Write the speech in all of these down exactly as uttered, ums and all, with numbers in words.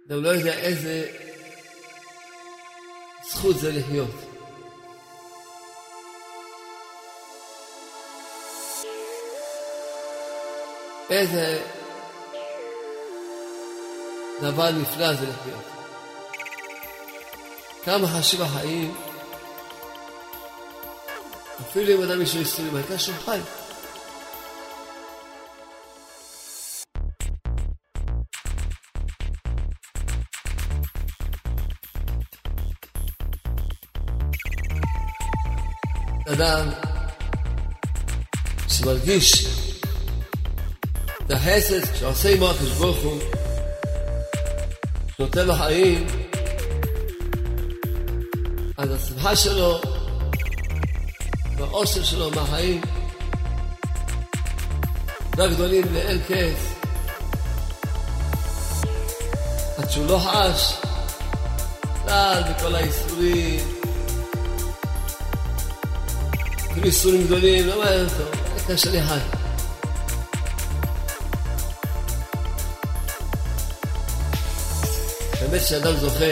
אדם לא יודע איזה זכות זה לחיות. איזה דבר נפלא זה לחיות. כמה חשוב החיים, אפילו אם אדם יש לו איסורים, הייתה שהוא חי. אדם שמרגיש את החסד שעושה עמו הקדוש ברוך הוא, שנותן לו חיים, אז השמחה שלו והאושר שלו מהחיים והגדולים לאין קץ, עד שהוא לא חש כלל בכל האיסורים, אפילו איסורים גדולים, לא מעניין אותו, העיקר שאני חי. באמת שאדם זוכה,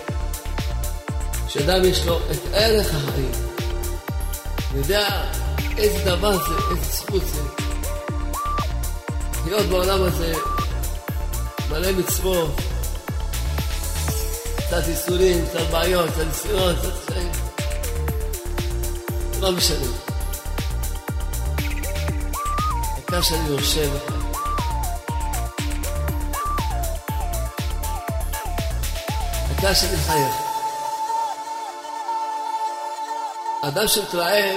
שאדם יש לו את ערך החיים, יודע איזה דבר זה, איזה זכות זה, להיות בעולם הזה מלא מצוות, קצת איסורים, קצת בעיות, קצת ניסיונות, קצת חיים, לא משנה. העיקר שאני יושב לך, העיקר שאני חייך. אדם שמתרעב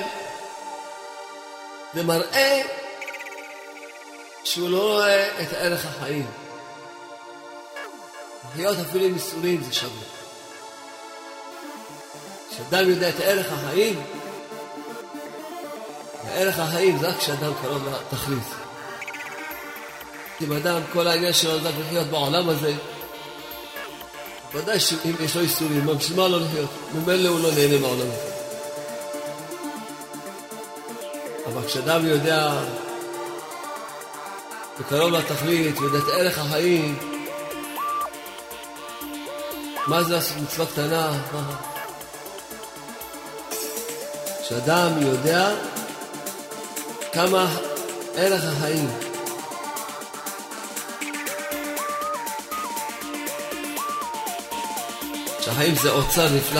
זה מראה שהוא לא רואה את ערך החיים. לחיות אפילו עם איסורים זה שווה. כשאדם יודע את ערך החיים, ערך החיים זה רק כשאדם קרוב לתכלית. אם אדם כל העניין שלו זה לחיות בעולם הזה, ודאי שאם יש לו איסורים, בשביל מה לא לחיות? ממילא הוא לא נהנה מהעולם הזה. אבל כשאדם יודע וקרוב לתכלית ויודע את ערך החיים, מה זה לעשות מצווה קטנה? כשאדם יודע כמה ערך החיים, שהחיים זה אוצר נפלא.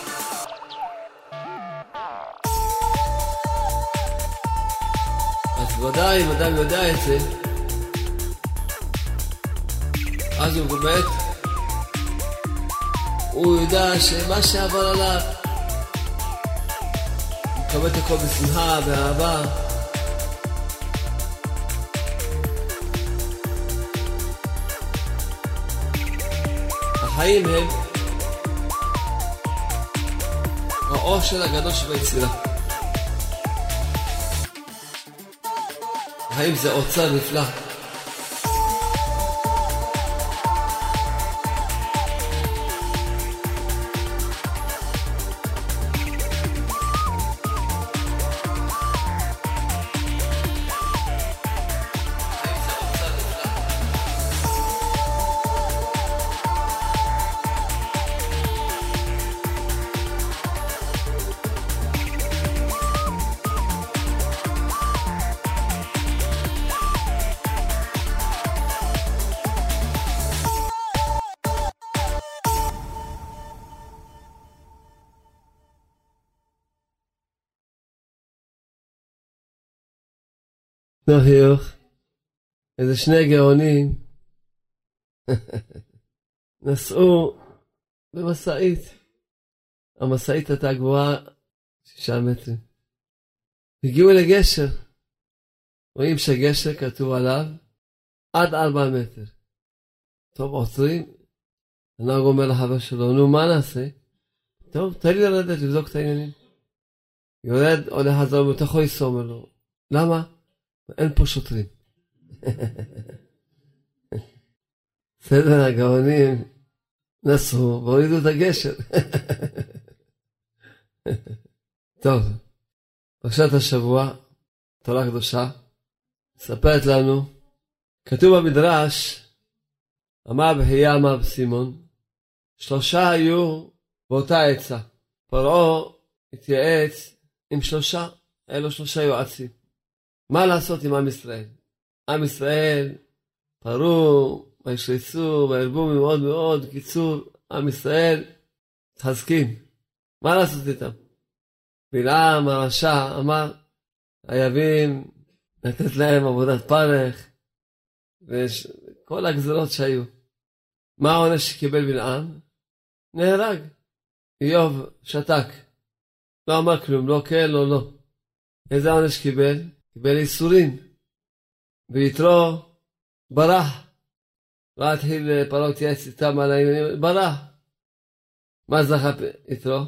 אז ודאי אם אדם יודע את זה, אז הוא באמת, הוא יודע שמה שעבר עליו, הוא מקבל את הכל בשמחה, באהבה. החיים הם האושר הגדול שביצירה. החיים זה אוצר נפלא. נחיוך, איזה שני גאונים נסעו במסעית. המסעית הייתה גבוהה שישה מטרים. הגיעו לגשר. רואים שהגשר כתוב עליו עד ארבע מטר. טוב, עוצרים. הנהג אומר לחבר שלו, נו, מה נעשה? טוב, תן לי לרדת, לבדוק את העניינים. יורד, הולך חזר, אתה יכול לנסוע, אומר לו. למה? אין פה שוטרים. בסדר, הגאונים נסעו והורידו את הגשר. טוב, פרשת השבוע, תורה קדושה, מספרת לנו, כתוב במדרש, אמר בחייה, אמר בסימון, שלושה היו באותה עצה. פרעה התייעץ עם שלושה, אלו שלושה יועצים. מה לעשות עם עם ישראל? עם ישראל פרו, וישרצו, וירבו מאוד מאוד, קיצור, עם ישראל מתחזקים. מה לעשות איתם? בלעם הרשע אמר, חייבים לתת להם עבודת פרך, וכל הגזרות שהיו. מה העונש שקיבל בלעם? נהרג. איוב שתק. לא אמר כלום, לא כן, לא לא. איזה עונש קיבל? קיבל איסורים. ויתרו ברח. לא התחיל פרעה להתייעץ איתם על העניינים, ברח. מה זכה יתרו?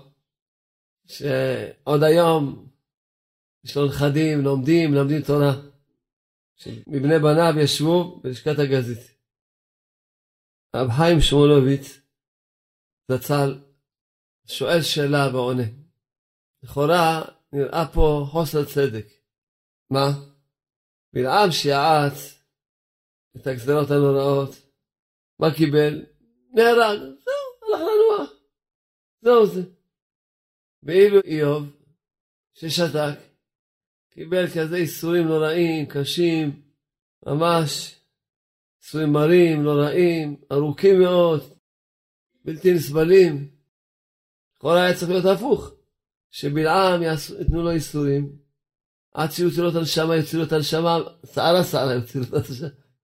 שעוד היום יש לו נכדים, לומדים, לומדים תורה. מבני בניו ישבו בלשכת הגזית. רב חיים שמואלוביץ זצ"ל שואל שאלה ועונה. לכאורה נראה פה חוסר צדק. מה? בלעם שיעץ את הגזרות הנוראות, מה קיבל? נהרג. זהו, הלך לנוח. זהו זה. ואילו איוב ששתק קיבל כזה איסורים נוראים, קשים, ממש איסורים מרים, נוראים, ארוכים מאוד, בלתי נסבלים. כל היה צריך להיות הפוך, שבלעם יתנו לו איסורים, עד שיוצאו לו את הנשמה, יוצאו לו את הנשמה, שערה שערה יוצאו לו את הנשמה.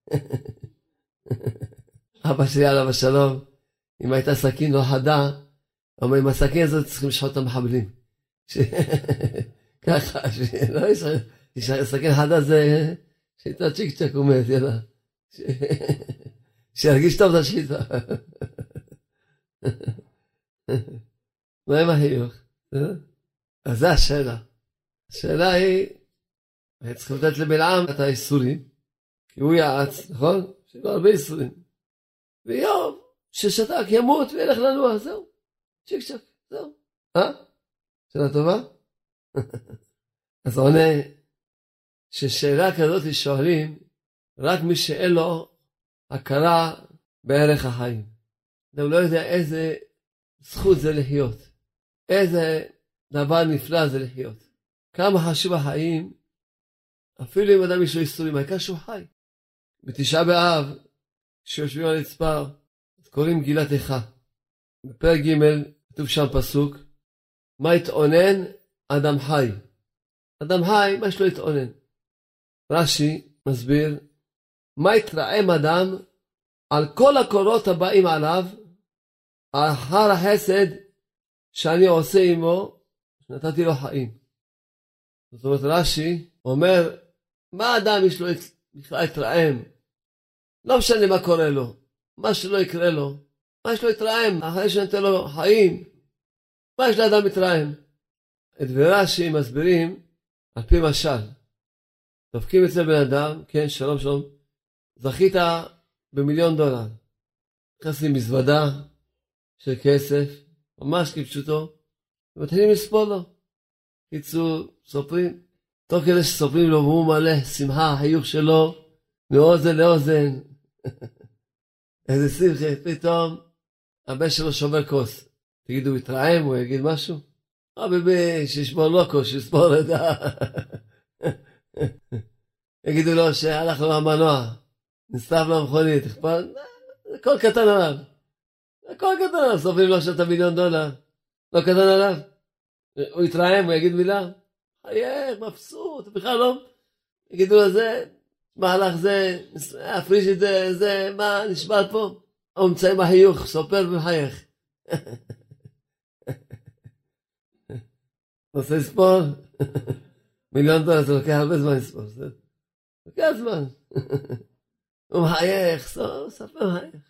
אבא שלי עליו השלום, אם הייתה סכין לא חדה, אבל עם הסכין הזאת צריכים לשחוט את המחבלים. ככה, לא יש סכין חדה זה, שיטה צ'יק צ'ק אומרת, יאללה. שירגיש טוב את השיטה. מה עם החיוך? אז זה השאלה. השאלה היא, צריכים לתת לבלעם את האיסורים, כי הוא יעץ, נכון? שלא הרבה איסורים. ויום ששתק ימות וילך לנוע, זהו. צ'יק צ'ק, זהו. אה? שאלה טובה? אז עונה ששאלה כזאת שואלים רק מי שאין לו הכרה בערך החיים. אדם לא יודע איזה זכות זה לחיות. איזה דבר נפלא זה לחיות. כמה חשוב החיים, אפילו אם אדם יש לו איסורים, העיקר שהוא חי. בתשעה באב, כשיושבים על רצפה, אז קוראים מגילת איכה. בפרק ג' כתוב שם פסוק, מה יתאונן אדם חי? אדם חי, מה יש לו להתאונן? רש"י מסביר, מה יתרעם אדם על כל הקורות הבאים עליו, אחר החסד שאני עושה עמו, שנתתי לו חיים. זאת אומרת, רש"י אומר, מה אדם יש לו בכלל להתרעם? לא משנה מה קורה לו, מה שלא יקרה לו, מה יש לו להתרעם אחרי שנתן לו חיים? מה יש לאדם להתרעם? את רש"י מסבירים על פי משל. דופקים אצל בן אדם, כן, שלום שלום, זכית במיליון דולר. נכנסים מזוודה של כסף, ממש כפשוטו, ומתחילים לספור לו. קיצור, סופרים, תוך כדי שסופרים לו והוא מלא שמחה, החיוך שלו, מאוזן לאוזן. איזה שמחה, פתאום הבן שלו שובר כוס. תגידו, הוא יתרעם, הוא יגיד משהו? אה, ביבי, שישבור לו כוס, שיספור את ה... יגידו לו שהלך לו המנוע, נסתף למכונית, אכפת? הכל קטן עליו. הכל קטן עליו, סופרים לו שאתה מיליון דולר. לא קטן עליו. הוא יתרעם, הוא יגיד מילה. חייך, מבסוט, בכלל לא. יגידו לו זה, מהלך זה, הפריש את זה, זה, מה נשבר פה? הוא מצא עם החיוך, סופר ומחייך. עושה לספור? מיליון דולר, זה לוקח הרבה זמן לספור. לוקח זמן. הוא מחייך, סופר מחייך.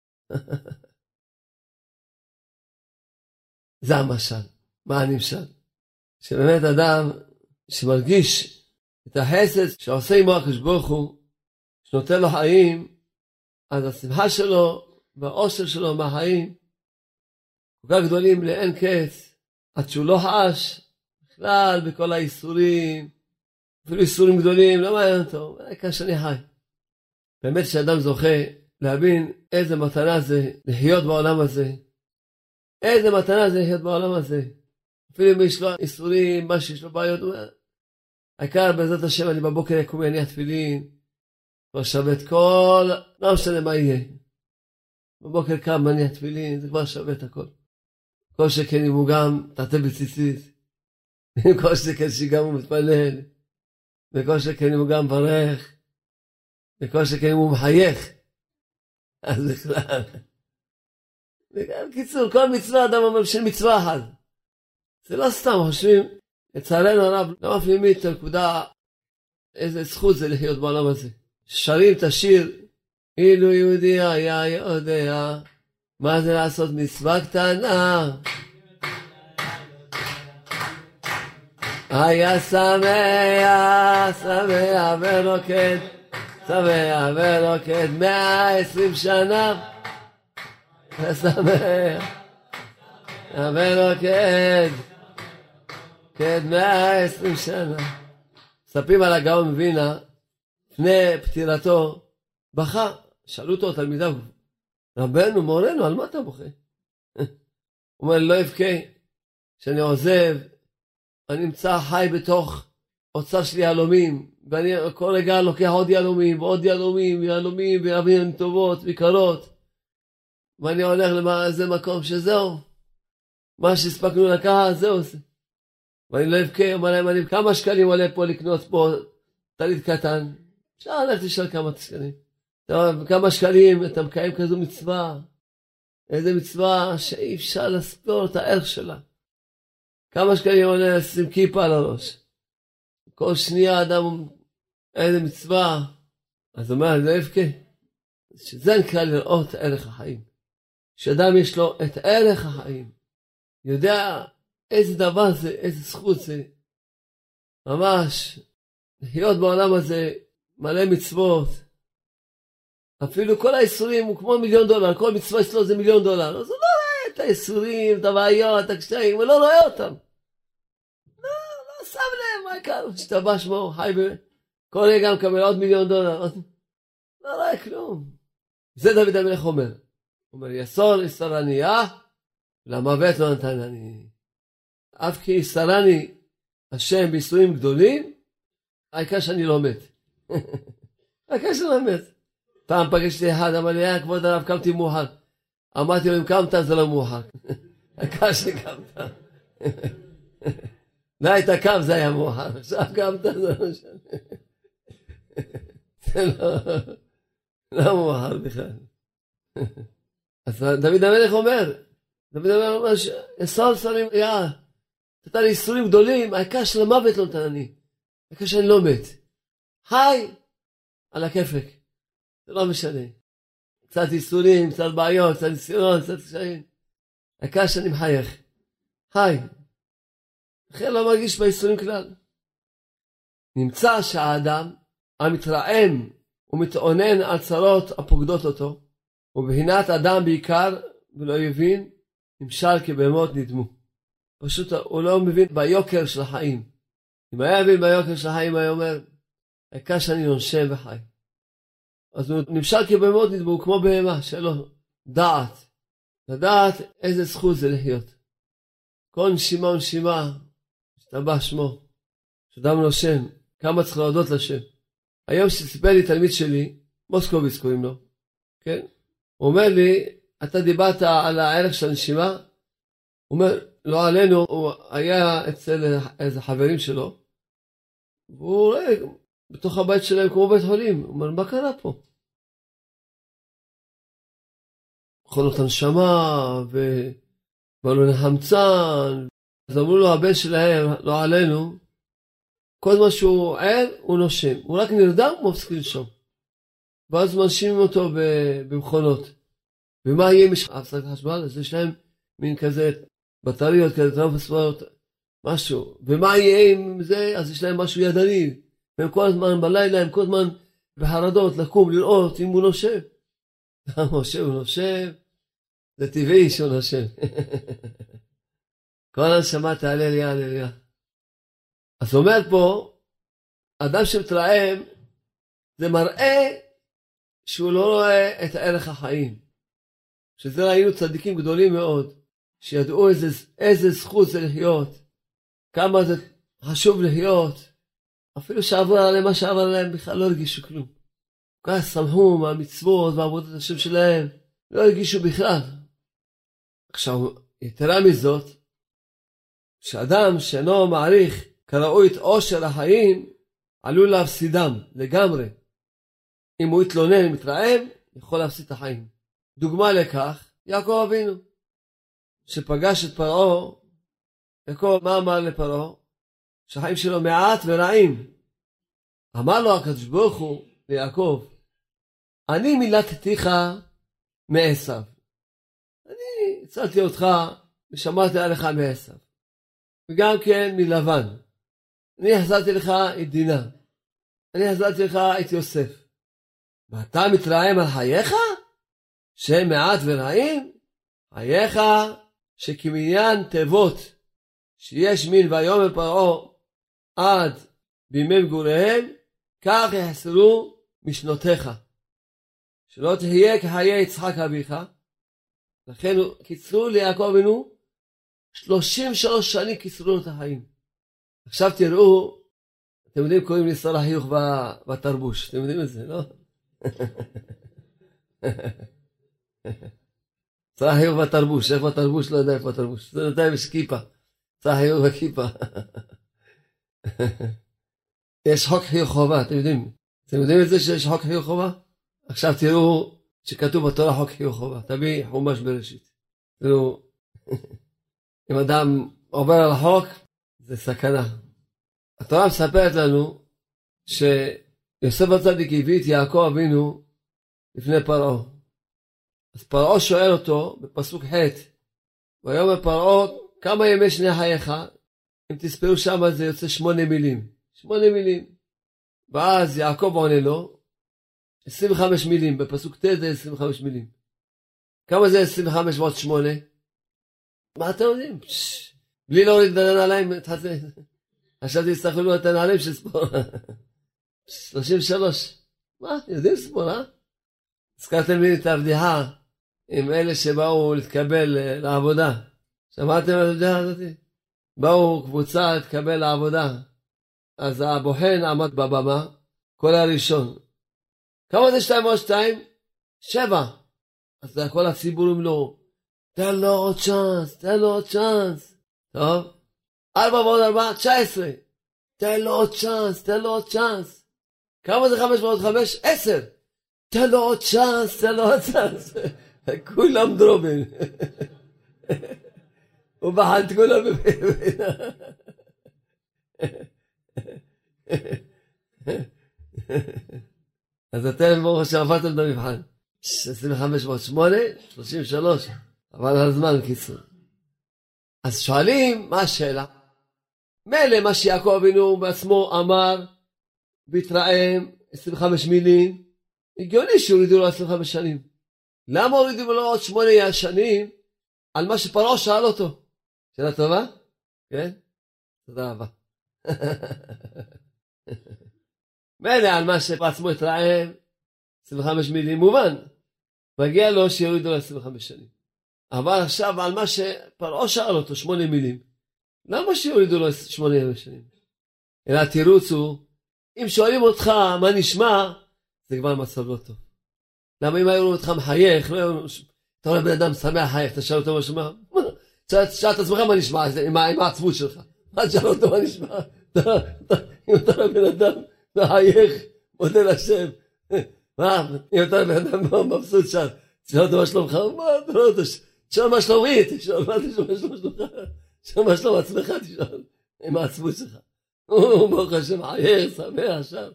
זה המשל. מה הנמשל? שבאמת אדם שמרגיש את החסד שעושה עמו הקדוש ברוך הוא, שנותן לו חיים, אז השמחה שלו והאושר שלו מהחיים כל כך גדולים לאין קץ, עד שהוא לא חש בכלל בכל האיסורים, אפילו איסורים גדולים, לא מעניין אותו, העיקר שאני חי. באמת שאדם זוכה להבין איזה מתנה זה לחיות בעולם הזה. איזה מתנה זה לחיות בעולם הזה. אפילו אם יש לו איסורים, מה שיש לו בעיות, העיקר בעזרת השם אני בבוקר יקום יניח תפילין, כבר שווה את כל, לא משנה מה יהיה. בבוקר קם מניח תפילין, זה כבר שווה את הכל. כל שכן אם הוא גם תעטה בציצית, כל שכן שגם הוא מתפלל, וכל שכן אם הוא גם ברך, וכל שכן אם הוא מחייך, אז בכלל. וגם קיצור, כל מצווה אדם אומר של מצווה אחת. זה לא סתם חושבים, לצערנו הרב, לא מפנימים את הנקודה, איזה זכות זה לחיות בעולם הזה. שרים את השיר, אילו יהודי היה יודע, מה זה לעשות מצווה קטנה. היה שמח, שמח ורוקד, שמח ורוקד, מאה עשרים שנה. היה שמח, ורוקד, קד מאה עשרים שנה. מספרים על הגאון מווילנה, לפני פטירתו, בכה. שאלו אותו תלמידיו, רבנו, מורנו, על מה אתה בוכה? הוא אומר, לא אבכה, שאני עוזב, אני נמצא חי בתוך אוצר של יהלומים, ואני כל רגע לוקח עוד יהלומים, ועוד יהלומים, יהלומים, ואבנים טובות, ויקרות, ואני הולך לאיזה מקום שזהו, מה שהספקנו לקחת, זהו זה. ואני לא אבכה, אומר להם, אני, כמה שקלים עולה פה לקנות פה טלית קטן? אפשר ללכת לשאול כמה שקלים. טוב, כמה שקלים אתה מקיים כזו מצווה? איזה מצווה שאי אפשר לספור את הערך שלה. כמה שקלים עולה לשים כיפה על הראש? כל שנייה אדם, איזה מצווה. אז הוא אומר, אני לא אבכה. שזה נקרא לראות ערך החיים. שאדם יש לו את ערך החיים. יודע איזה דבר זה, איזה זכות זה. ממש, לחיות בעולם הזה מלא מצוות. אפילו כל האיסורים הוא כמו מיליון דולר, כל מצווה אצלו זה מיליון דולר. אז הוא לא רואה את האיסורים, את הבעיות, את הקשיים, הוא לא רואה אותם. לא, לא שם להם, מה יקר? שתבע שמו, חי בכל רגע מקבל עוד מיליון דולר. לא רואה כלום. זה דוד המלך אומר. הוא אומר, יסור יסרניה, למוות לא נתנני. אף כי יסרני השם ביסורים גדולים, העיקר שאני לא מת. העיקר שאני לא מת. פעם פגשתי אחד, אמר לי, היה כבוד הרב, קמתי מאוחר. אמרתי לו, אם קמת זה לא מאוחר. העיקר שקמת. לא היית קם, זה היה מאוחר. עכשיו קמת, זה לא משנה. זה לא, לא מאוחר בכלל. אז דוד המלך אומר, דוד המלך אומר, יסוד שרים, יא, נתן לי איסורים גדולים, העיקר של המוות לא נתן אני. העיקר שאני לא מת. חי על הכיפק. זה לא משנה. קצת איסורים, קצת בעיות, קצת ניסיונות, קצת קשיים. העיקר שאני מחייך. חי. לכן לא מרגיש באיסורים כלל. נמצא שהאדם המתרעם ומתעונן על צרות הפוקדות אותו, ובהינת אדם בעיקר ולא יבין, נמשל כבהמות נדמו. פשוט הוא לא מבין ביוקר של החיים. אם היה מבין ביוקר של החיים, היה אומר, העיקר שאני נושם וחי. אז הוא נמשל כבהמות נדמו, כמו בהמה, שלא דעת. לדעת איזה זכות זה לחיות. כל נשימה ונשימה, שתבע שמו, שאדם נושם, כמה צריך להודות לשם. היום שסיפר לי תלמיד שלי, מוסקוביץ קוראים לו, כן? הוא אומר לי, אתה דיברת על הערך של הנשימה? הוא אומר, לא עלינו, הוא היה אצל איזה חברים שלו, והוא רואה, בתוך הבית שלהם כמו בית חולים, הוא אומר, מה קרה פה? מכונות הנשמה, ובלוני חמצן, אז אמרו לו, הבן שלהם, לא עלינו, כל זמן שהוא ער, הוא נושם, הוא רק נרדם, הוא מפסיק לנשום. ואז מנשימים אותו במכונות. ומה יהיה מש... הפסקת חשמל? אז יש להם מין כזה בטריות, כזה טרנספורט, משהו. ומה יהיה עם זה? אז יש להם משהו ידני. והם כל הזמן בלילה, הם כל הזמן בחרדות, לקום, לראות אם הוא נושב. הוא נושב, הוא נושב. זה טבעי שהוא נושב. כל הנשמה תעלה לי, עלה לי. אז אומר פה, אדם שמתרעם, זה מראה שהוא לא רואה את ערך החיים. שזה ראינו צדיקים גדולים מאוד, שידעו איזה, איזה זכות זה לחיות, כמה זה חשוב לחיות, אפילו שעבר עליהם מה שעבר עליהם בכלל לא הרגישו כלום. כל כך שמחו מהמצוות ועבודת השם שלהם, לא הרגישו בכלל. עכשיו, יתרה מזאת, שאדם שאינו מעריך כראוי את עושר החיים, עלול להפסידם לגמרי. אם הוא יתלונן, מתרעם, יכול להפסיד את החיים. דוגמה לכך, יעקב אבינו, שפגש את פרעה, יעקב מה אמר לפרעה? שהחיים שלו מעט ורעים. אמר לו הקדוש ברוך הוא ליעקב, אני מילדתיך מעשיו. אני הצלתי אותך ושמרתי עליך מעשיו. וגם כן מלבן. אני החזרתי לך את דינה. אני החזרתי לך את יוסף. ואתה מתרעם על חייך? שהם מעט ורעים? חייך שכמניין תיבות שיש מין ויאמר פרעה עד בימי מגוריהם, כך יחסרו משנותיך. שלא תהיה כחיי יצחק אביך. לכן קיצרו ליעקב אבינו שלושים ושלוש שנים, קיצרו לו את החיים. עכשיו תראו, אתם יודעים, קוראים לי שר החיוך בתרבוש, אתם יודעים את זה, לא? שר החיוך בתרבוש, איפה התרבוש? לא יודע איפה התרבוש, זה נתיים יש כיפה, שר החיוך בכיפה. יש חוק חיוך חובה, אתם יודעים, אתם יודעים את זה שיש חוק חיוך חובה? עכשיו תראו שכתוב בתורה חוק חיוך חובה, תביא חומש בראשית. תראו, אם אדם עובר על החוק, זה סכנה. התורה מספרת לנו שיוסף הצדיק הביא את יעקב אבינו לפני פרעה. אז פרעה שואל אותו בפסוק ח' ויאמר פרעה, כמה ימי שני חייך? אם תספרו שם זה יוצא שמונה מילים. שמונה מילים. ואז יעקב עונה לו, עשרים וחמש מילים, בפסוק ט' זה עשרים וחמש מילים. כמה זה עשרים וחמש ועוד שמונה? מה אתם יודעים? בלי להוריד את הנעליים, עכשיו תצטרכו לו את הנעליים של ספור. שלושים ושלוש. מה? יודעים ספור, אה? הזכרתם לי את הבדיחה עם אלה שבאו להתקבל לעבודה. שמעתם על הבדיחה הזאת? באו קבוצה להתקבל לעבודה. אז הבוחן עמד בבמה, כל הראשון. כמה זה שתיים או שתיים? שבע. אז כל הציבור אומרים תן לו עוד צ'אנס, תן לו עוד צ'אנס. טוב? ארבע ועוד ארבע, תשע עשרה. תן לו עוד צ'אנס, תן לו עוד צ'אנס. כמה זה חמש ועוד חמש? עשר. תן לו עוד צ'אנס, תן לו עוד צ'אנס. כולם דרובין. הוא בחן את כולם בבין. אז אתם ברוך שעברתם את המבחן. עשרים וחמש ועוד שמונה, שלושים ושלוש. אבל הזמן קיצור. אז שואלים, מה השאלה? מילא מה שיעקב אבינו בעצמו אמר, והתרעם, עשרים וחמש מילים, הגיוני שהורידו לו עשרים וחמש שנים. למה הורידו לו עוד שמונה שנים על מה שפרעה שאל אותו? שאלה טובה? כן? תודה רבה. מילא על מה שבעצמו התרעם, עשרים וחמש מילים מובן. מגיע לו שיורידו לו עשרים וחמש שנים. אבל עכשיו על מה שפרעה שאל אותו, שמונה מילים. למה שיורידו לו שמונה שנים? אלא התירוץ הוא, אם שואלים אותך מה נשמע, זה כבר מצב לא טוב. למה אם היו אותך מחייך, אתה רואה בן אדם שמח חייך, אתה שאל אותו מה נשמע? שאל את עצמך מה נשמע, עם העצבות שלך. מה שאל אותו מה נשמע? אם אתה רואה בן אדם מחייך, מודה לשם. מה? אם אתה רואה בן אדם מבסוט שאל, תשאל אותו מה שלומך? מה אתה רואה אותו? תשאל מה שלומי, תשאל מה שלומך? תשאל מה שלום עצמך, תשאל עם העצבות שלך. הוא ברוך השם חייך, שמח עכשיו.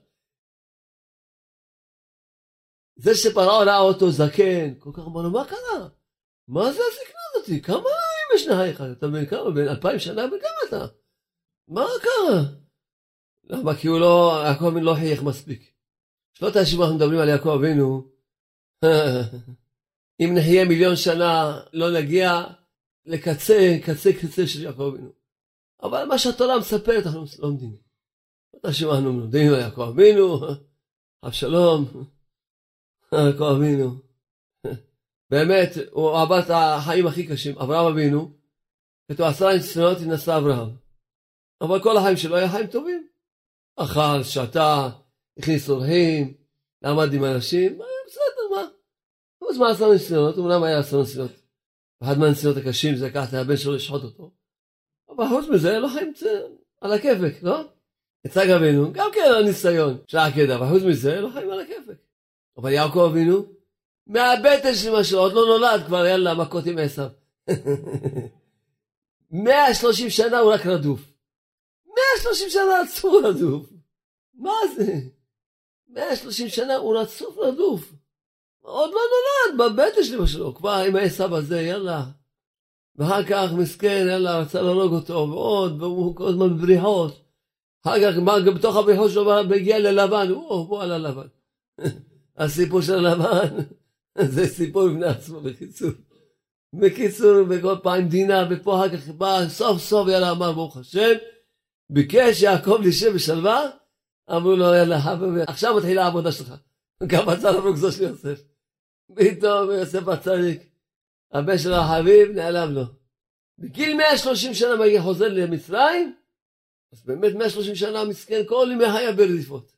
זה שפרעה ראה אותו זקן, כל כך אמר לו, מה קרה? מה זה הזקנה הזאת? כמה ימי שני חייך? אתה בן כמה? בן אלפיים שנה? בן כמה אתה? מה קרה? למה? כי הוא לא, יעקב אבינו לא חייך מספיק. שלא תאשימו, אנחנו מדברים על יעקב אבינו. אם נחיה מיליון שנה, לא נגיע לקצה, קצה, קצה של יעקב אבינו. אבל מה שהתורה מספרת, אנחנו לומדים. לא תאשימו, אנחנו לומדים על יעקב אבינו, אבשלום. יעקב אבינו. באמת, הוא עבר את החיים הכי קשים. אברהם אבינו, כתוב עשרה ניסיונות נשא אברהם. אבל כל החיים שלו היה חיים טובים. אכל, שתה, הכניס אורחים, למד עם אנשים, בסדר, מה? חוץ מעשרה ניסיונות, אומנם היה עשרה ניסיונות. אחד מהניסיונות הקשים זה לקחת לבן שלו לשחוט אותו. אבל חוץ מזה, לא חיים על הכיפק, לא? יצחק אבינו, גם כן היה ניסיון של העקדה, אבל חוץ מזה, לא חיים על הכיפק. אבל יעקב אבינו, מהבטן של מה שלו, עוד לא נולד, כבר יאללה, מכות עם עשיו. מאה ושלושים שנה הוא רק רדוף. מאה ושלושים שנה רצוף רדוף. מה זה? מאה ושלושים שנה הוא רצוף רדוף. עוד לא נולד, בבטן של מה שלו, כבר עם עשיו הזה, יאללה. ואחר כך מסכן, יאללה, רצה להרוג אותו, ועוד, והוא כל הזמן בבריחות. אחר כך, בתוך הבריחות שלו, בגיע ללבן, או, בוא על הלבן. הסיפור של הלבן, זה סיפור בני עצמו, בקיצור. בקיצור, בכל פעם דינה, ופה אחר כך בא, סוף סוף, יאללה, אמר, ברוך השם, ביקש יעקב לישב בשלווה, אמרו לו, יאללה, חבר, עכשיו מתחילה העבודה שלך. גם רצה להרוג זו של יוסף. פתאום יוסף הצדיק. הבן של החביב נעלם לו. בגיל מאה ושלושים שנה מגיע חוזר למצרים, אז באמת מאה ושלושים שנה מסכן, כל ימי היה ברדיפות.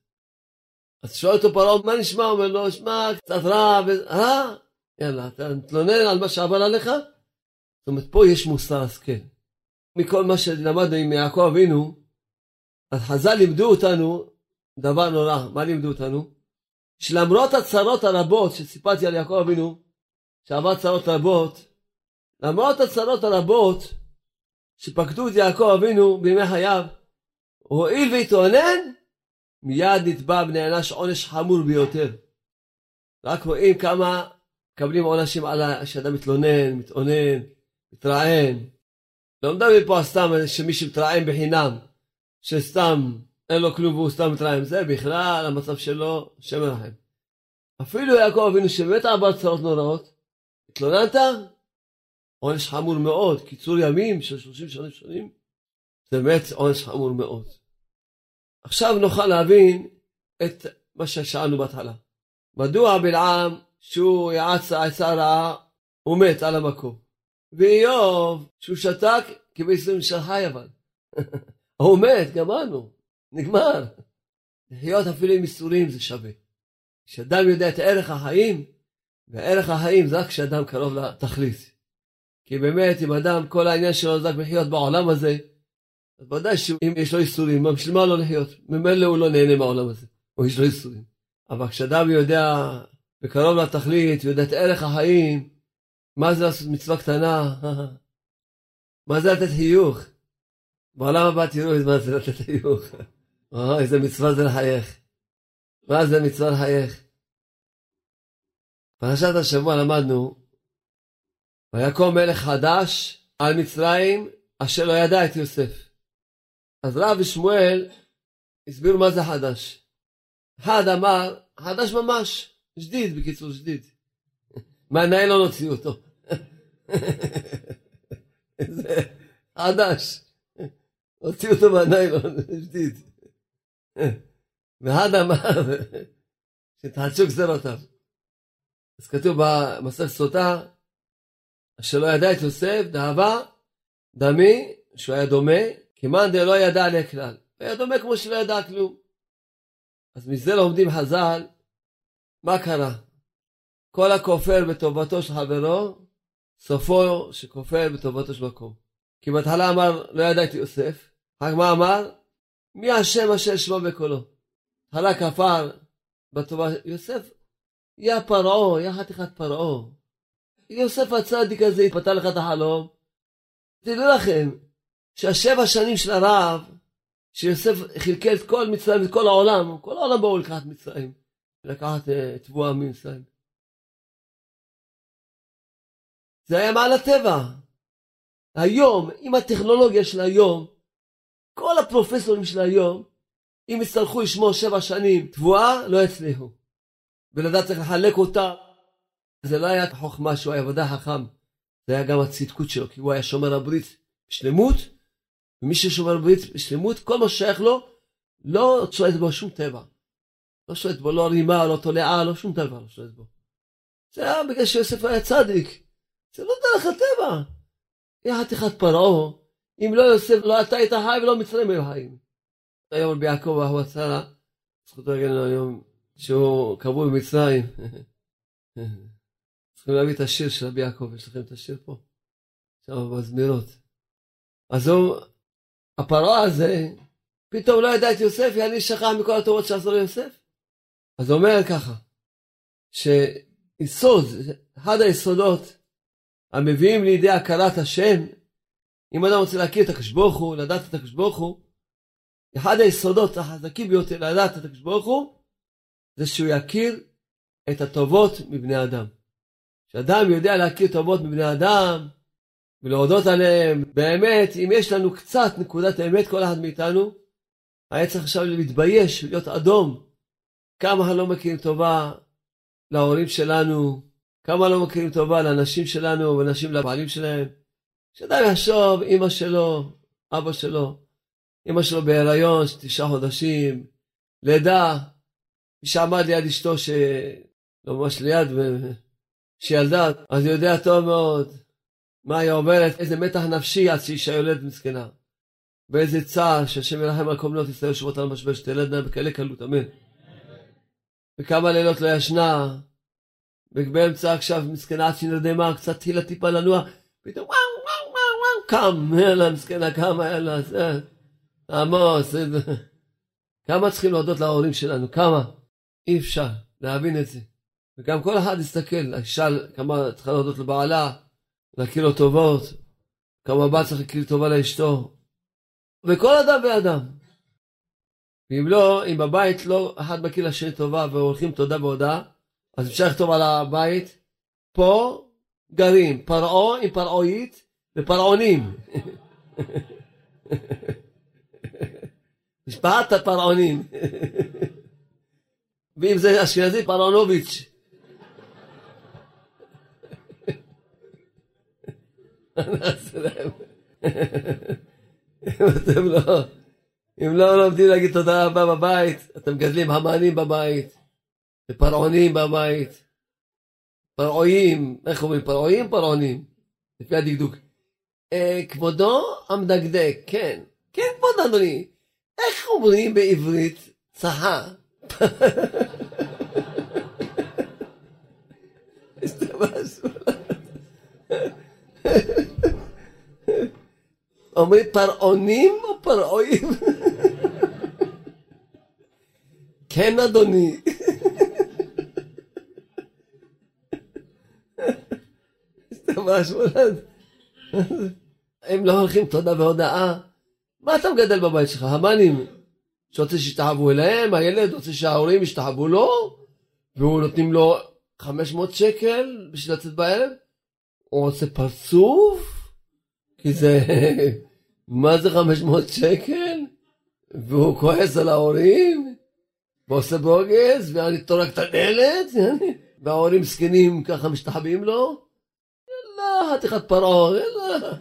אז שואל אותו פרעה, מה נשמע? אומר לו, שמע, קצת רע, ו... אה? יאללה, אתה מתלונן על מה שעבר עליך? זאת אומרת, פה יש מוסר השכל. מכל מה שלמדנו עם יעקב אבינו, אז חז"ל לימדו אותנו דבר נורא. מה לימדו אותנו? שלמרות הצרות הרבות שסיפרתי על יעקב אבינו, שעבר צרות רבות, למרות הצרות הרבות שפקדו את יעקב אבינו בימי חייו, הוא הועיל והתאונן, מיד נתבע ונענש עונש חמור ביותר. רק רואים כמה מקבלים עונשים על שאדם מתלונן, מתאונן, מתרעם. לא מדבר פה סתם שמי שמתרעם בחינם, שסתם אין לו כלום והוא סתם מתרעם. זה בכלל המצב שלו, שם מרחם. אפילו יעקב אבינו שבאמת עבר צרות נוראות, התלוננת? עונש חמור מאוד, קיצור ימים של שלושים שנה שנים, זה באמת עונש חמור מאוד. עכשיו נוכל להבין את מה ששאלנו בהתחלה. מדוע בלעם שהוא יעץ עצה רעה, הוא מת על המקום. ואיוב שהוא שתק כבעשרים של חי אבל. הוא מת, גמרנו, נגמר. לחיות אפילו עם איסורים זה שווה. כשאדם יודע את ערך החיים, וערך החיים זה רק כשאדם קרוב לתכלית. כי באמת אם אדם כל העניין שלו זה רק לחיות בעולם הזה, אז ודאי שאם יש לו איסורים, בשביל מה לא לחיות? ממילא הוא לא נהנה מהעולם הזה, או יש לו איסורים. אבל כשאדם יודע וקרוב לתכלית, ויודע את ערך החיים, מה זה לעשות מצווה קטנה? מה זה לתת חיוך? בעולם הבא תראו מה זה לתת חיוך. או, איזה מצווה זה לחייך. מה זה מצווה לחייך? פרשת השבוע למדנו, ויקום מלך חדש על מצרים, אשר לא ידע את יוסף. אז רב ושמואל הסבירו מה זה חדש. אחד אמר, חדש ממש, שדיד, בקיצור שדיד. מהניילון הוציאו אותו. זה חדש. הוציאו אותו מהניילון, שדיד. ואחד אמר, שתחדשו גזרותיו. אז כתוב במסכת סוטה, אשר לא ידע את יוסף, דאבה, דמי, שהוא היה דומה, כמאן דלא ידע עליה כלל. היה דומה כמו שלא ידע כלום. אז מזה לומדים חז"ל, מה קרה? כל הכופר בטובתו של חברו, סופו שכופר בטובתו של מקום. כי בהתחלה אמר, לא ידע את יוסף. רק מה אמר? מי השם אשר שמו בקולו? התחלה כפר בטובה, יוסף, יא פרעו, יא חתיכת פרעו. יוסף הצדיק הזה יפתח לך את החלום. תדעו לכם, שהשבע שנים של הרעב, שיוסף חילקל את כל מצרים, את כל העולם, כל העולם באו לקחת מצרים, לקחת תבואה ממצרים. זה היה מעל הטבע. היום, עם הטכנולוגיה של היום, כל הפרופסורים של היום, אם יצטרכו לשמור שבע שנים תבואה, לא יצליחו. ולדעת צריך לחלק אותה. זה לא היה חוכמה שהוא היה ודאי חכם, זה היה גם הצדקות שלו, כי הוא היה שומר הברית בשלמות, ומי ששומר הברית בשלמות, כל מה שייך לו, לא צועד בו שום טבע. לא שולט בו, לא רימה, לא תולעה, לא שום דבר לא שולט בו. זה היה בגלל שיוסף היה צדיק. זה לא דרך הטבע. היה חתיכת פרעה, אם לא יוסף, לא אתה היית חי ולא מצרים היו חיים. היום רבי יעקב אהוב הצרה, זכותו הגענו היום, שהוא קבור במצרים. צריכים להביא את השיר של רבי יעקב, יש לכם את השיר פה? שם בזמירות. אז הוא, הפרעה הזה, פתאום לא ידע את יוסף, יעני שכח מכל הטובות שעשו ליוסף. אז הוא אומר ככה, שיסוד, אחד היסודות, המביאים לידי הכרת השם, אם אדם רוצה להכיר את הקדוש ברוך הוא, לדעת את הקדוש ברוך הוא, אחד היסודות החזקים ביותר לדעת את הקדוש ברוך הוא, זה שהוא יכיר את הטובות מבני אדם. שאדם יודע להכיר טובות מבני אדם, ולהודות עליהם, באמת, אם יש לנו קצת נקודת האמת, כל אחד מאיתנו, היה צריך עכשיו להתבייש, להיות אדום. כמה לא מכירים טובה להורים שלנו, כמה לא מכירים טובה לאנשים שלנו, ואנשים לבעלים שלהם. שאדם יחשוב, אמא שלו, אבא שלו, אמא שלו בהיריון, תשעה חודשים, לידה, מי שעמד ליד אשתו, שלא ממש ליד, שילדה, אז הוא יודע טוב מאוד, מה היא עוברת, איזה מתח נפשי עד שאישה יולדת מסכנה. ואיזה צער שהשם ילחם על כל בנות ישראל יושבות על המשבר שתלדנה בכאלה קלות, אמן. וכמה לילות לא ישנה, ובאמצע עכשיו מסכנה עד שנרדמה, קצת תחילה טיפה לנוע, פתאום וואו וואו וואו וואו, קם, יאללה מסכנה, קם, יאללה, זה, עמוס, כמה צריכים להודות להורים שלנו, כמה? אי אפשר להבין את זה. וגם כל אחד יסתכל, ישאל כמה צריכה להודות לבעלה, להכיר לו טובות, כמה הבא צריך להכיר טובה לאשתו, וכל אדם ואדם. ואם לא, אם בבית לא אחד מכיר לשני טובה והולכים תודה והודעה, אז אפשר לכתוב על הבית, פה גרים פרעו עם פרעוית ופרעונים. משפחת הפרעונים. ואם זה אשכנזי, פרעונוביץ'. אם אתם לא, אם לא לומדים להגיד תודה רבה בבית, אתם מגדלים המנים בבית, ופרעונים בבית, פרעויים, איך אומרים? פרעויים, פרעונים, לפי הדקדוק. אה, כבודו המדקדק, כן, כן כבוד אדוני, איך אומרים בעברית צחה? יש זה משהו. אומרים פרעונים או פרעויים? כן אדוני. זה משהו. הם לא הולכים תודה והודעה. מה אתה מגדל בבית שלך? המנים שרוצה שישתחוו אליהם, הילד רוצה שההורים ישתחוו לו, והוא נותנים לו חמש מאות שקל בשביל לצאת בערב. הוא רוצה פרצוף, כי זה, מה זה חמש מאות שקל? והוא כועס על ההורים, ועושה בוגז, ואני תורק את הדלת, וההורים סקנים ככה משתחבים לו. יאללה, חתיכת פרעה, יאללה.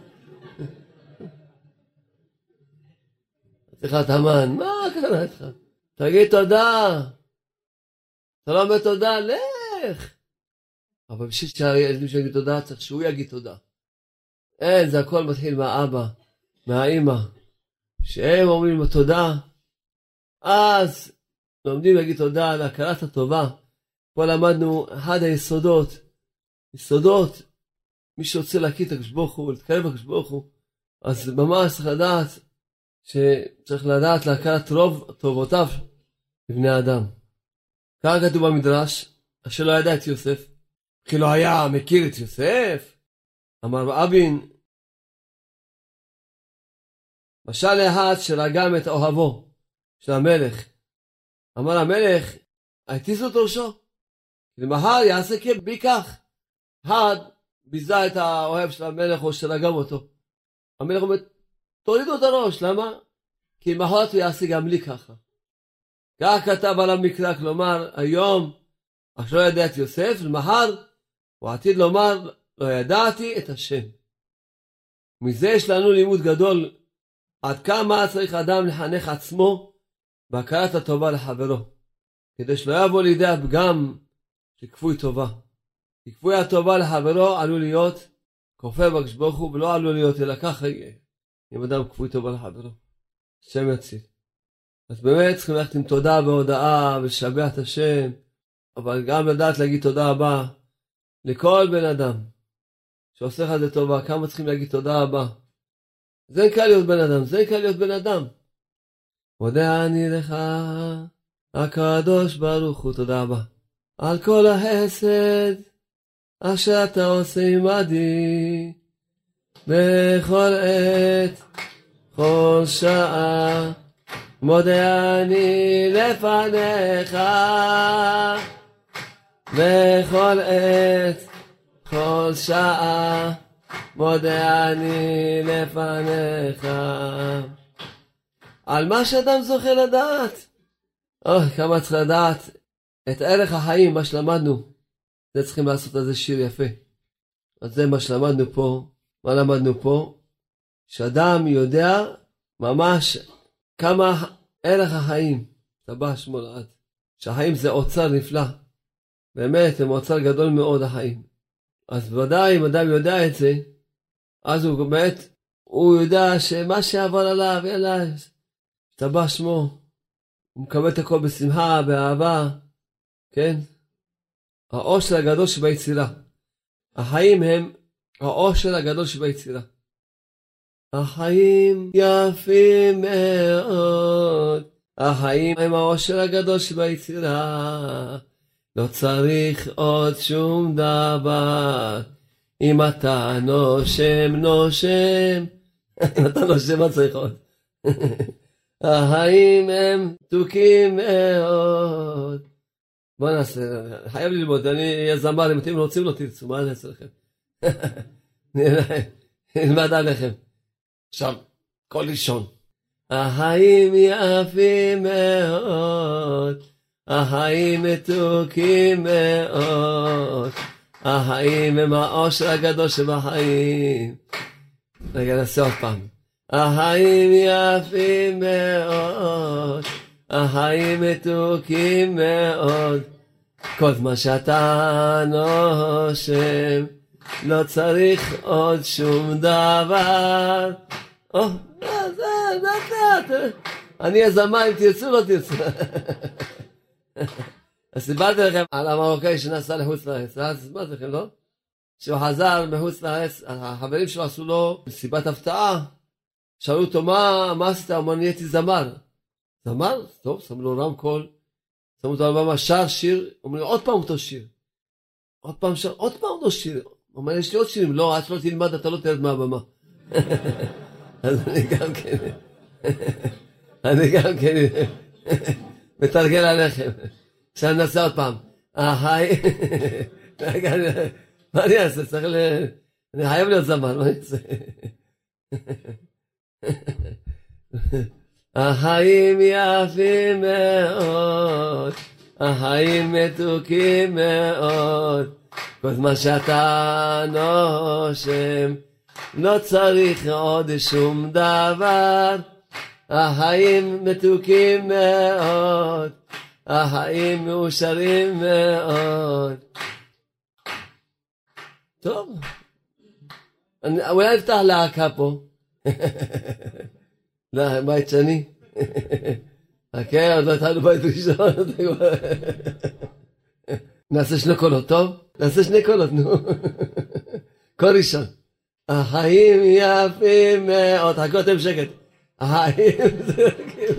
חתיכת המן, מה קרה איתך? תגיד תודה. אתה לא אומר תודה, לך. אבל בשביל שהילדים שיגיד תודה, צריך שהוא יגיד תודה. אין, זה הכל מתחיל מהאבא, מהאמא. שהם אומרים לו תודה, אז לומדים להגיד תודה על הכרת הטובה. פה למדנו אחד היסודות, יסודות, מי שרוצה להכיר את הקדוש ברוך הוא, להתקרב לקדוש ברוך הוא, אז ממש צריך לדעת, שצריך לדעת להכרת רוב טובותיו לבני האדם. כך כתוב במדרש, אשר לא ידע את יוסף, כי לא היה מכיר את יוסף, אמר רבין, משל לאחד שרגם את אוהבו של המלך. אמר המלך, הייתיזו את ראשו, למחר יעשה כן בי כך. אחד ביזה את האוהב של המלך או שרגם אותו. המלך אומר, תורידו את הראש, למה? כי מחרת הוא יעשה גם לי ככה. כך כתב עליו מקרא, כלומר, היום, אך לא ידע את יוסף, למחר הוא עתיד לומר, לא ידעתי את השם. מזה יש לנו לימוד גדול, עד כמה צריך אדם לחנך עצמו בהכרת הטובה לחברו, כדי שלא יבוא לידי הפגם שכפוי טובה. כי כפוי הטובה לחברו עלול להיות כופר בקדוש ברוך הוא, ולא עלול להיות אלא ככה יהיה. אם אדם כפוי טובה לחברו. השם יציל. אז באמת צריכים ללכת עם תודה בהודעה ולשבח את השם, אבל גם לדעת להגיד תודה רבה לכל בן אדם שעושה לך זה טובה. כמה צריכים להגיד תודה רבה. זה קל להיות בן אדם, זה קל להיות בן אדם. מודה אני לך הקדוש ברוך הוא, תודה רבה על כל החסד אשר אתה עושה עמדי בכל עת כל שעה. מודה אני לפניך בכל עת כל שעה. מודה אני לפניך על מה שאדם זוכה לדעת. אוי, כמה צריך לדעת את ערך החיים, מה שלמדנו. זה צריכים לעשות איזה שיר יפה. אז זה מה שלמדנו פה. מה למדנו פה? שאדם יודע ממש כמה ערך החיים. סבא שמו לעד. שהחיים זה אוצר נפלא. באמת, הם אוצר גדול מאוד החיים. אז ודאי, אם אדם יודע את זה, אז הוא באמת, הוא יודע שמה שעבר עליו, יאללה, סבא שמו, הוא מקבל את הכל בשמחה, באהבה, כן? העושר הגדול שביצירה. החיים הם העושר הגדול שביצירה. החיים יפים מאוד, החיים הם העושר הגדול שביצירה. לא צריך עוד שום דבר, אם אתה נושם נושם, אם אתה נושם מה צריך עוד. החיים הם מתוקים מאוד. בוא נעשה, חייב ללמוד, אני אהיה זמר, אם אתם רוצים לא תרצו, מה אני אעשה לכם? נלמד עליכם. עכשיו, כל לישון. החיים יפים מאוד, החיים מתוקים מאוד, החיים הם העושר הגדול שבחיים. רגע, נעשה עוד פעם. החיים יפים מאוד, החיים מתוקים מאוד, כל זמן שאתה נושם לא צריך עוד שום דבר. או, זה, זה, זה, אני הזמה אם תרצו לא תרצו. אז סיפרתי לכם על המרוקאי שנסע לחוץ לארץ, אז סיפרתי לכם, לא? שהוא חזר מחוץ לארץ, החברים שלו עשו לו סיבת הפתעה, שאלו אותו, מה, מה עשית? אמר, נהייתי זמר. זמר? טוב, שמו לו רמקול, שמו אותו על הבמה, שר שיר, אומרים, עוד פעם אותו שיר. עוד פעם שר, עוד פעם אותו שיר. אומר, יש לי עוד שירים, לא, עד שלא תלמד, אתה לא תרד מהבמה. אז אני גם כן, אני גם כן, מתרגל עליכם. עכשיו נעשה עוד פעם. היי, רגע, מה אני אעשה? צריך ל... אני חייב להיות זמן, מה אני אעשה? החיים יפים מאוד, החיים מתוקים מאוד, כל זמן שאתה נושם לא צריך עוד שום דבר. החיים מתוקים מאוד, החיים מאושרים מאוד. טוב, אני, אולי נפתח להקה פה. לא, בית שני. חכה, עוד לא התחלנו בית ראשון. נעשה שני קולות, טוב? נעשה שני קולות, נו. קול ראשון. החיים יפים מאוד. חכו אתם שקט. החיים זה יפים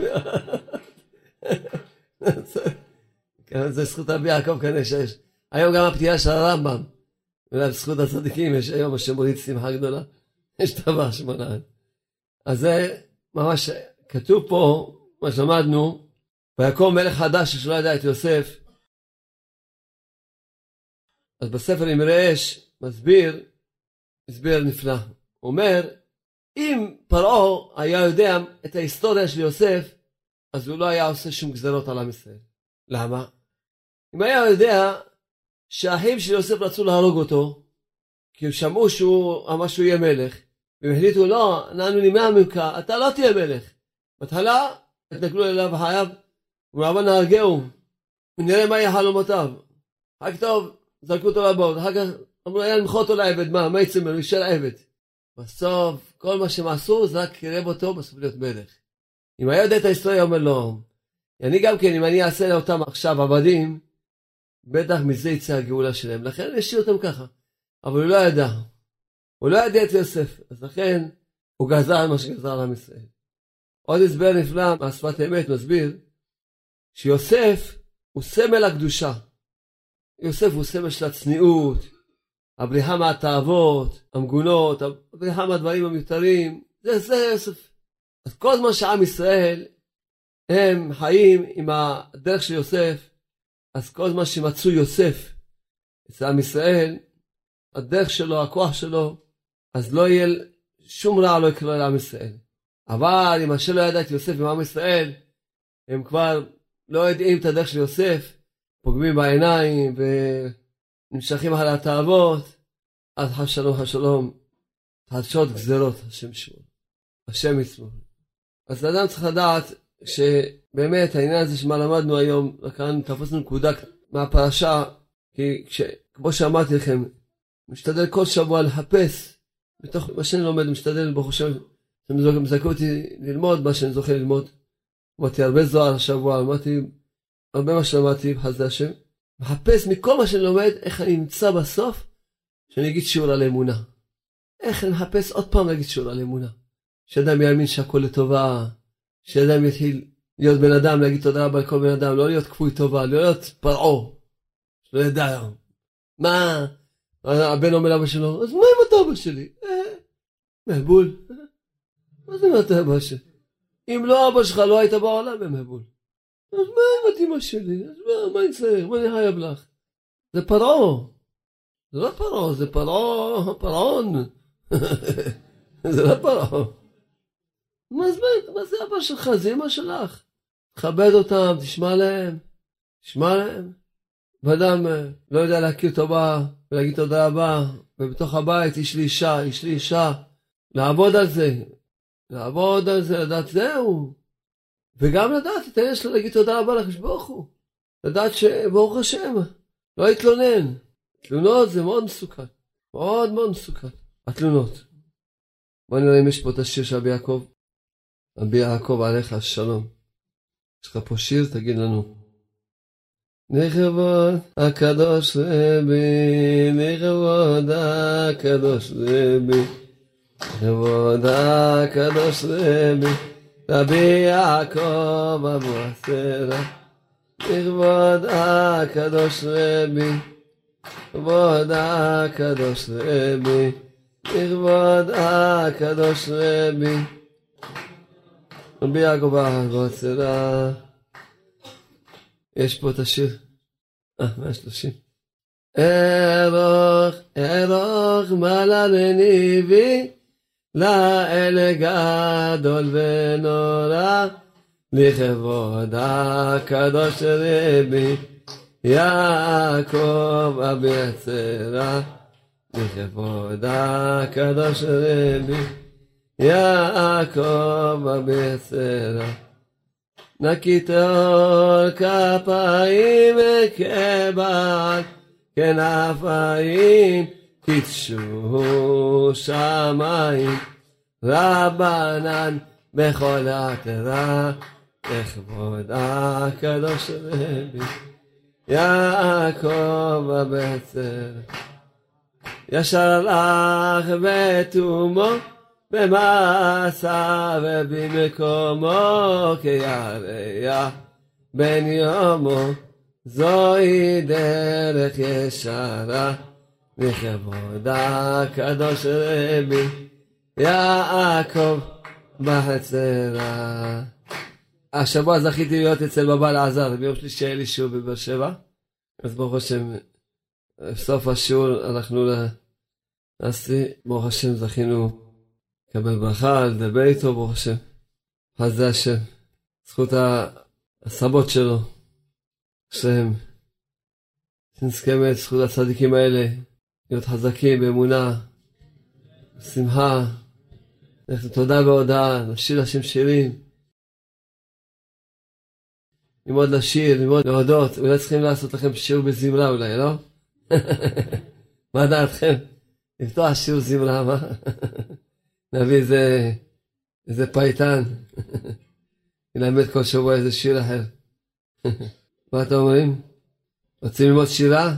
מאוד. זה זכות רבי יעקב כנראה שיש. היום גם הפתיעה של הרמב"ם. אולי בזכות הצדיקים יש היום השמורית שמחה גדולה. יש טבע שמונה. אז זה ממש כתוב פה, מה שלמדנו, ויקום מלך חדש שלא ידע את יוסף. אז בספר ימרא אש מסביר, מסביר נפלא. הוא אומר, אם פרעה היה יודע את ההיסטוריה של יוסף, אז הוא לא היה עושה שום גזרות על עם ישראל. למה? אם היה יודע שהאחים של יוסף רצו להרוג אותו, כי הם שמעו שהוא אמר שהוא יהיה מלך, והם החליטו, לא, אנחנו נמנע ממך, אתה לא תהיה מלך. בהתחלה, התנגלו אליו חייו, הוא אמר נהרגהו, נראה מה יהיה חלומותיו. אחר כך טוב, זרקו אותו לבאות, אחר כך אמרו, היה למחות אותו לעבד, מה, מה יצא ממנו, יישאר עבד. בסוף, כל מה שהם עשו, זה רק קירב אותו בסוף להיות מלך. אם היה יודע את ההיסטוריה, אומר לו, אני גם כן, אם אני אעשה לאותם עכשיו עבדים, בטח מזה יצא הגאולה שלהם, לכן אני אשאיר אותם ככה. אבל הוא לא ידע, הוא לא ידע את יוסף, אז לכן הוא גזר על מה שגזר על עם ישראל. עוד הסבר נפלא, מהשפת האמת מסביר, שיוסף הוא סמל הקדושה. יוסף הוא סמל של הצניעות, הבריחה מהתאוות, המגונות, הבריחה מהדברים המיותרים, זה זה יוסף. אז כל זמן שעם ישראל הם חיים עם הדרך של יוסף, אז כל זמן שמצאו יוסף אצל עם ישראל, הדרך שלו, הכוח שלו, אז לא יהיה שום רע לא יקרה לעם ישראל. אבל אם אשר לא ידע את יוסף עם עם ישראל, הם כבר לא יודעים את הדרך של יוסף, פוגמים בעיניים ונמשכים על התאוות, אז חשלום חשלום, חדשות גזרות, השם שמור, השם יצמור. אז האדם צריך לדעת שבאמת העניין הזה שמה למדנו היום, כאן תפסנו נקודה מהפרשה, כי כמו שאמרתי לכם, משתדל כל שבוע לחפש, בתוך מה שאני לומד, משתדל ברוך השם, אתם מזכו אותי ללמוד מה שאני זוכה ללמוד. אמרתי הרבה זוהר השבוע, אמרתי הרבה מה שלמדתי בחסדי השם. מחפש מכל מה שאני לומד, איך אני נמצא בסוף, שאני אגיד שיעור על אמונה. איך אני מחפש עוד פעם להגיד שיעור על אמונה. שאדם יאמין שהכל לטובה, שאדם יתחיל להיות בן אדם, להגיד תודה רבה לכל בן אדם, לא להיות כפוי טובה, לא להיות פרעה, שלא ידע. מה? הבן אומר לאבא שלו, אז מה עם את אבא שלי? אה, מהבול. מה זה מה אתה אבא שלי? אם לא אבא שלך לא היית בעולם במהבול. אז מה עם את אמא שלי? אז מה, מה אני צריך? מה אני חייב לך? זה פרעה. זה לא פרעה, זה פרעה, פרעון. זה לא פרעה. מה זה, מה זה אבא שלך? זה אמא שלך. תכבד אותם, תשמע להם. תשמע להם. ואדם לא יודע להכיר טובה ולהגיד תודה רבה, ובתוך הבית יש לי אישה, יש לי אישה. לעבוד על זה. לעבוד על זה, לדעת זהו. וגם לדעת את העניין שלו להגיד תודה רבה לקדוש ברוך הוא. לדעת שברוך השם, לא יתלונן. תלונות זה מאוד מסוכן. מאוד מאוד מסוכן. התלונות. בוא נראה אם יש פה את השיר של רבי יעקב. רבי יעקב עליך שלום. יש לך פה שיר? תגיד לנו. לכבוד הקדוש רבי, לכבוד הקדוש רבי, לכבוד הקדוש רבי, רבי יעקב אבו עשרה, לכבוד הקדוש רבי, לכבוד הקדוש רבי, לכבוד הקדוש רבי, רבי יעקב אבו עשרה. יש פה את השיר. אה, מאה שלושים. ארוך, ארוך מלל ניבי, לאל גדול ונורא, לכבוד הקדוש רבי, יעקב אבי עשרה, לכבוד הקדוש רבי, יעקב אבי עשרה. נקית אור כפיים וכבד כנפיים, קידשו שמיים רבנן בכל עטרה, לכבוד הקדוש רבי, יעקב אבי עשרה. ישר הלך בתומו במסע ובמקומו, כירח בן יומו, זוהי דרך ישרה, לכבוד הקדוש רבי, יעקב בחצרה. השבוע זכיתי להיות אצל בבא אלעזר, ביום שלישי היה לי שיעור בבאר שבע, אז ברוך השם, בסוף השיעור הלכנו לנשיא, ברוך השם זכינו קבל ברכה, לדבר איתו, ברוך השם. חסדי השם. זכות הסבות שלו. השם. שנזכה באמת זכות הצדיקים האלה. להיות חזקים באמונה. בשמחה. ללכת תודה והודעה. נשיר השם שירים. ללמוד לשיר, ללמוד להודות. אולי צריכים לעשות לכם שיעור בזמרה אולי, לא? מה דעתכם? לפתוח שיעור זמרה, מה? נביא איזה, איזה פייטן. נלמד כל שבוע איזה שיר אחר. מה אתם אומרים? רוצים ללמוד שירה?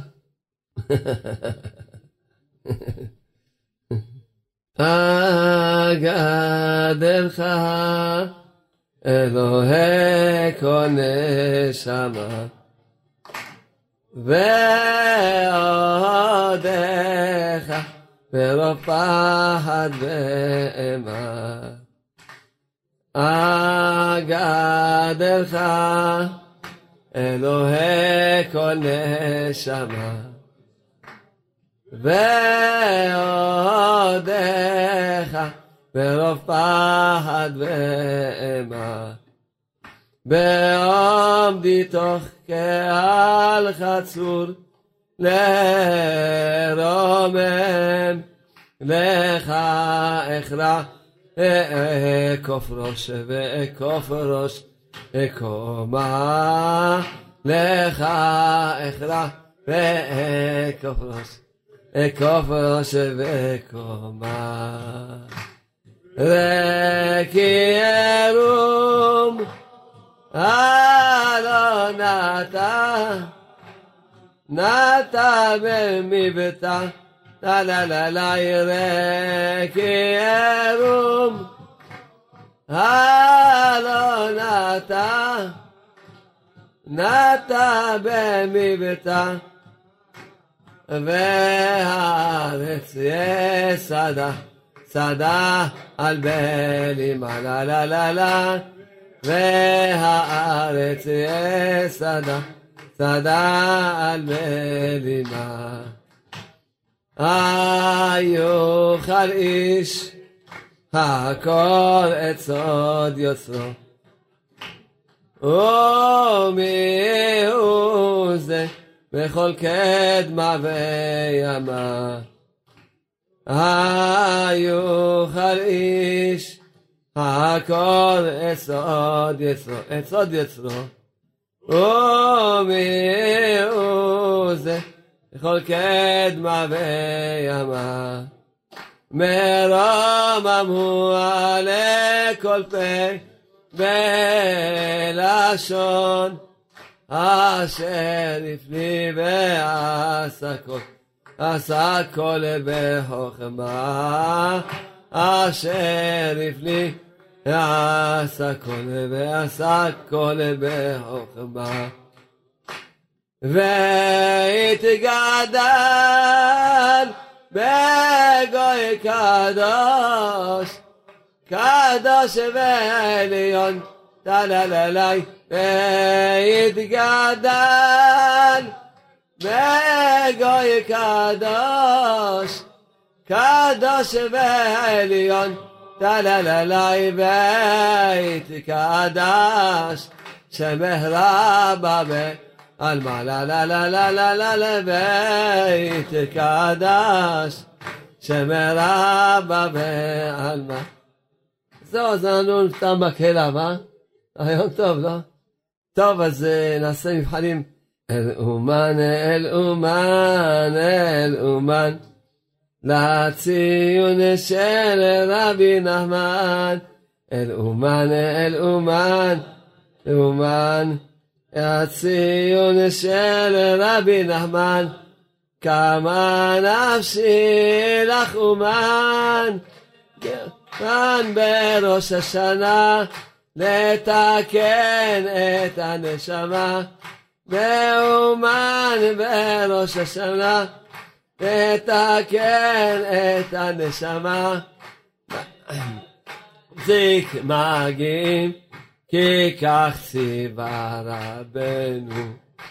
אגדלך אלוהי כל נשמה ועודך ברוב פחד ואימה. אגדלך אלוהי כל נשמה ועודך ברוב פחד ואימה. בעומדי תוך קהל חצור לרומם לך אכרע אקוף ראש ואקוף ראש אקומה לך אכרע ואקוף ראש אקוף ראש ואקומה. רקי ערום הלא נטע נטע במבטע טלללי. רקי ערום הלא נטע נטע במבטע והארץ יסדה סדה על בלימה לה לה לה לה. והארץ יסדה סדה על בלימה. היוכל איש הכל את סוד יוצרו ומי הוא זה בכל קדמה וימה. היוכל איש הכל את סוד יצרו את סוד יצרו ומי הוא זה בכל קדמה וימה. מרום אמרו עלי כל פה בלשון אשר לפני ועשה כל עשה כל בחוכמה. אשר לפני ועשה כל ועשה כל בחוכמה. והתגדל בגוי קדוש קדוש ועליון טלללי. והתגדל בגוי קדוש קדוש ועליון טלללי. והתקדש שמך רבה על מעלה לה לה לה לה לה לה. והתקדש שמך רבה ועל מה. זהו, אז אנחנו נפתם בכליו, אה? היום טוב, לא? טוב, אז נעשה מבחנים. אל אומן, אל אומן, אל אומן לציון של רבי נחמן. אל אומן, אל אומן, אומן הציון של רבי נחמן. כמה נפשי לך אומן כאן בראש השנה לתקן את הנשמה. באומן בראש השנה לתקן את הנשמה. זיק מגיעים כי כך ציווה רבנו.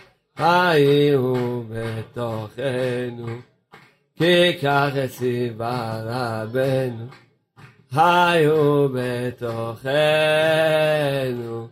היו בתוכנו כי כך ציווה רבנו. היו בתוכנו.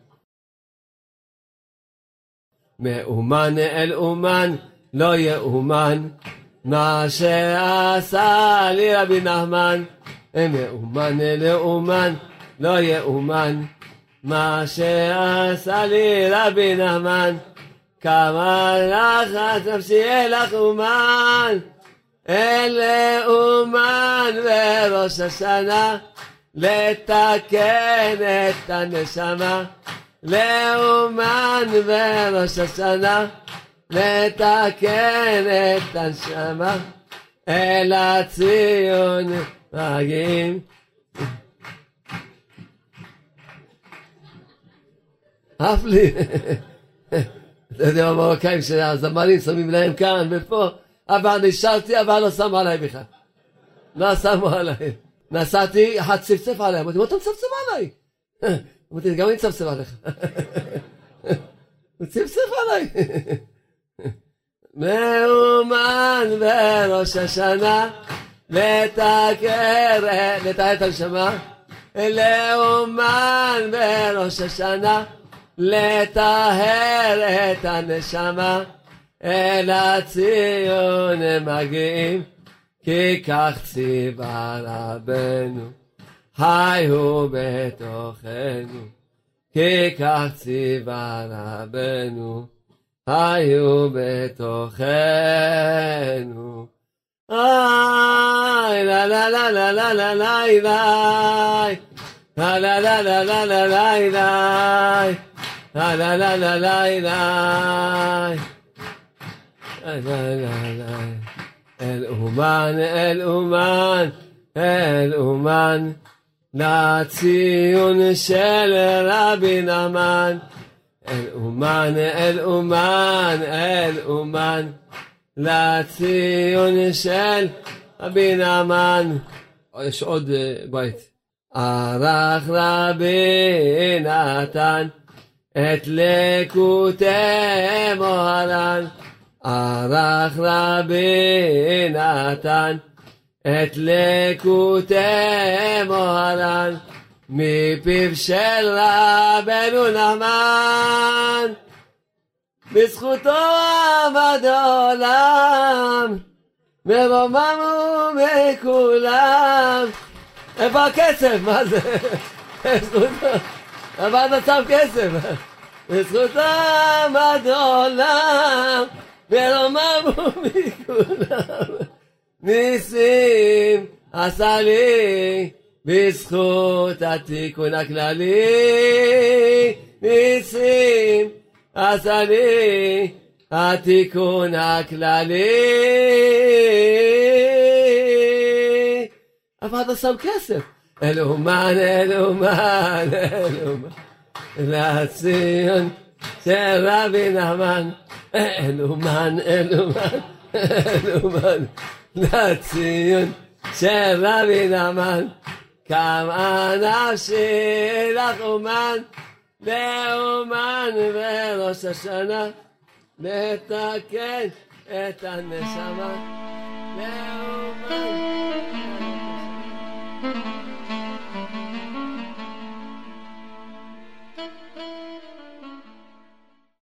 מאומן אל אומן לא יאומן מה שעשה לי רבי נחמן. מאומן אל אומן לא יאומן מה שעשה לי רבי נחמן, כמה לחץ נפשי אל אומן, אל אומן בראש השנה, לתקן את הנשמה, לאומן בראש השנה, לתקן את הנשמה, אל הציון מגיעים. אף לי, אתה יודע, המרוקאים שהזמרים שמים להם כאן ופה, אבל נשארתי, אבל לא שמו עליי בכלל. לא שמו עליי. נסעתי, אחד צפצף עליי, אמרתי, מה אתה מצפצף עליי? אמרתי, גם אני צפצף עליך. הוא צפצף עליי. מאומן בראש השנה, לתקר, לתאר את הנשמה, לאומן בראש השנה, לטהר את הנשמה, אל הציון מגיעים, כי כך ציווה רבנו, חיו בתוכנו, כי כך ציווה רבנו, חיו בתוכנו. איי לה לה לה לה לה לה לה לה לה לה לה לה לה לה לה לה לה לה לה. אל אומן, אל אומן, אל אומן, לציון של רבי נחמן. אל אומן, אל אומן, אל אומן, לציון של רבי נחמן. יש עוד בית. ערך רבי נתן את לקוטי מוהר"ן, ערך רבי נתן את לקוטי מוהר"ן, מפיו של רבנו נחמן, בזכותו עמד העולם, ורוממו מכולם. איפה הכסף? מה זה? בזכותו עמד מצב כסף. בזכותו עמד העולם, ורוממו מכולם. ניסים עשה לי בזכות התיקון הכללי, ניסים עשה לי התיקון הכללי. אבל אתה שם כסף. אל אומן, אל אומן, אל אומן, לציון של רבי נחמן. אל אומן, אל אומן, אל אומן, לציון של רבי נחמן. כמה נפשי לך אומן, לאומן בראש השנה, לתקן את הנשמה, לאומן.